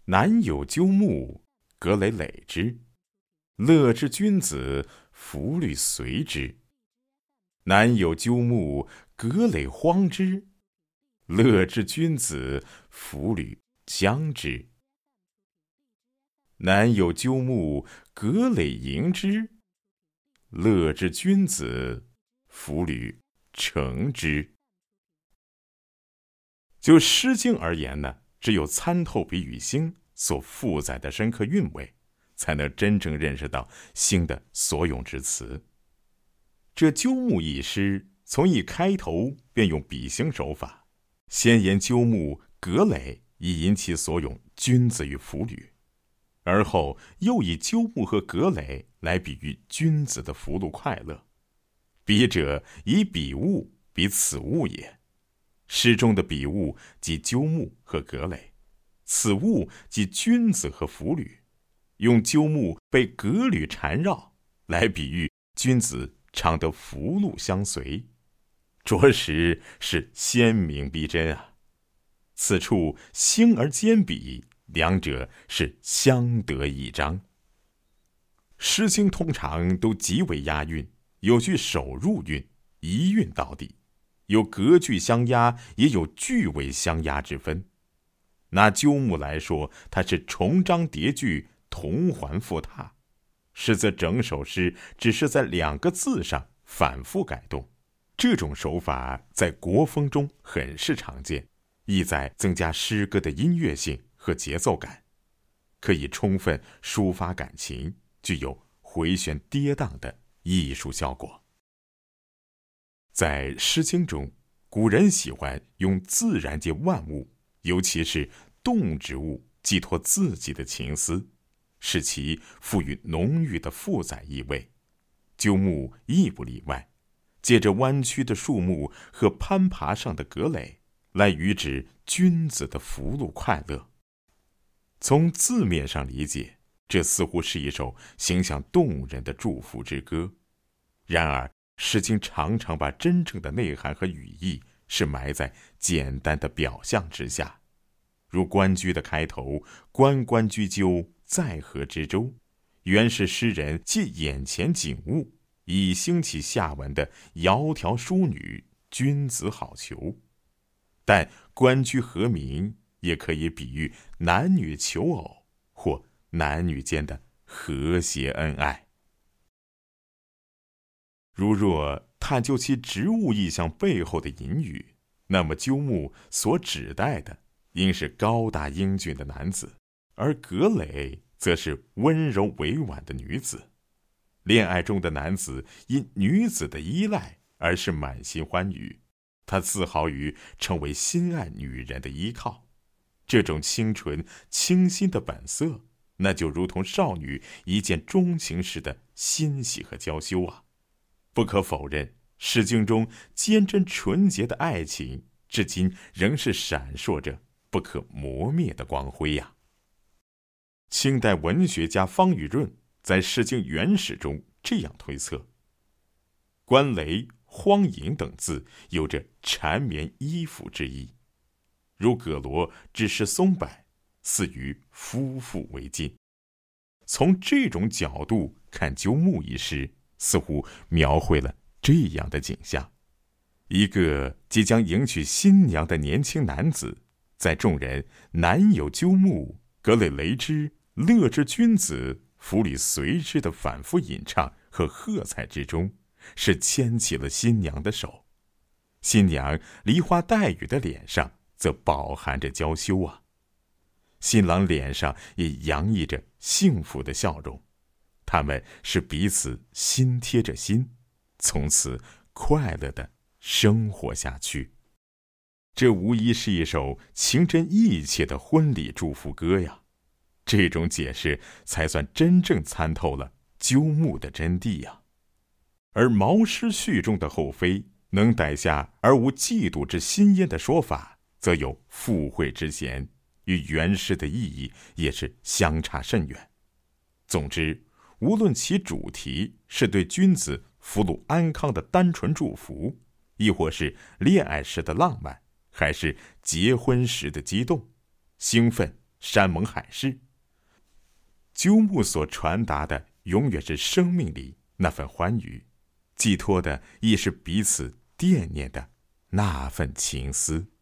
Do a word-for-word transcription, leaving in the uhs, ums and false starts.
南有鸠木，葛藟藟之。乐之君子，弗履随之。南有鸠木，葛藟荒之。乐之君子，弗履将之。南有鸠木，葛藟萦之。乐之君子，弗履成之。就《诗经》而言呢，只有参透比喻星所负载的深刻韵味，才能真正认识到星的所用之词。这鸠木一诗，从一开头便用比兴手法，先言鸠木、葛藟以引其所用君子与弗履，而后又以鸠木和葛藟来比喻君子的福禄快乐。笔者以彼物比此物也。诗中的彼物即鸠木和葛藟，此物即君子和弗履，用鸠木被葛履缠绕来比喻君子常得福禄相随，着实是鲜明逼真啊！此处兴而兼比，两者是相得益彰。诗经通常都极为押韵，有句首入韵，一韵到底，有隔句相押，也有句尾相押之分。拿鸠木来说，它是重章叠句，同环复沓，实则整首诗只是在两个字上反复改动。这种手法在国风中很是常见，意在增加诗歌的音乐性和节奏感，可以充分抒发感情，具有回旋跌宕的艺术效果。在《诗经》中，古人喜欢用自然界万物，尤其是动植物，寄托自己的情思，使其赋予浓郁的负载意味。鸠木亦不例外，借着弯曲的树木和攀爬上的葛藟，来喻指君子的福禄快乐。从字面上理解，这似乎是一首形象动人的祝福之歌。然而，《诗经》常常把真正的内涵和语义是埋在简单的表象之下，如《关雎》的开头“关关雎鸠，在河之洲”，原是诗人借眼前景物，以兴起下文的窈窕淑女，君子好逑。但关雎和鸣也可以比喻男女求偶，或男女间的和谐恩爱。如若探究其植物意象背后的隐语，那么鸠木所指代的应是高大英俊的男子，而葛藟则是温柔委婉的女子。恋爱中的男子因女子的依赖而是满心欢愉，他自豪于成为心爱女人的依靠。这种清纯清新的本色，那就如同少女一见钟情时的欣喜和娇羞啊！不可否认，《诗经》中坚贞纯洁的爱情，至今仍是闪烁着不可磨灭的光辉呀。清代文学家方与润在《诗经原始》中这样推测：关藟、荒淫等字有着缠绵依附之意，如葛罗之诗松柏，似与夫妇为近。从这种角度看鸠木一诗，似乎描绘了这样的景象：一个即将迎娶新娘的年轻男子，在众人南有鸠木，葛藟藟之，乐之君子，弗履随之的反复吟唱和喝彩之中，是牵起了新娘的手。新娘梨花带雨的脸上则饱含着娇羞啊，新郎脸上也洋溢着幸福的笑容。他们是彼此心贴着心，从此快乐地生活下去。这无疑是一首情真意切的婚礼祝福歌呀。这种解释才算真正参透了鸠木的真谛呀。而《毛诗序》中的后妃能逮下而无嫉妒之心焉的说法，则有附会之嫌，与原诗的意义也是相差甚远。总之，无论其主题是对君子福禄安康的单纯祝福，亦或是恋爱时的浪漫，还是结婚时的激动、兴奋， 山盟海誓。鸠木所传达的永远是生命里那份欢愉，寄托的亦是彼此惦念的那份情思。